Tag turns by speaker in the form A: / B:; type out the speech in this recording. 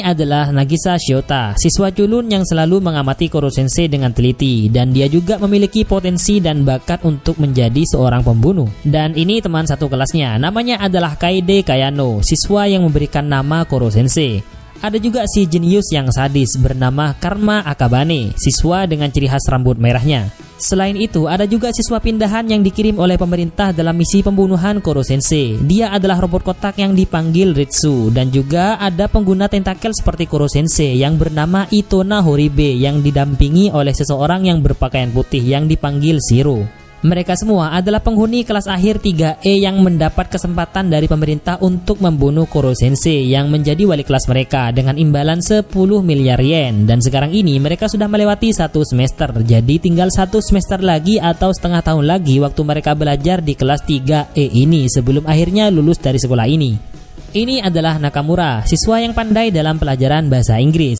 A: adalah Nagisa Shiota, siswa culun yang selalu mengamati Koro Sensei dengan teliti, dan dia juga memiliki potensi dan bakat untuk menjadi seorang pembunuh. Dan ini teman satu kelasnya, namanya adalah Kaede Kayano, siswa yang memberikan nama Koro Sensei. Ada juga si jenius yang sadis bernama Karma Akabane, siswa dengan ciri khas rambut merahnya. Selain itu, ada juga siswa pindahan yang dikirim oleh pemerintah dalam misi pembunuhan Koro Sensei. Dia adalah robot kotak yang dipanggil Ritsu, dan juga ada pengguna tentakel seperti Koro Sensei yang bernama Itona Horibe yang didampingi oleh seseorang yang berpakaian putih yang dipanggil Shiro. Mereka semua adalah penghuni kelas akhir 3E yang mendapat kesempatan dari pemerintah untuk membunuh Koro Sensei yang menjadi wali kelas mereka dengan imbalan 10 miliar yen. Dan sekarang ini mereka sudah melewati 1 semester, jadi tinggal 1 semester lagi atau setengah tahun lagi waktu mereka belajar di kelas 3E ini sebelum akhirnya lulus dari sekolah ini. Ini adalah Nakamura, siswa yang pandai dalam pelajaran bahasa Inggris.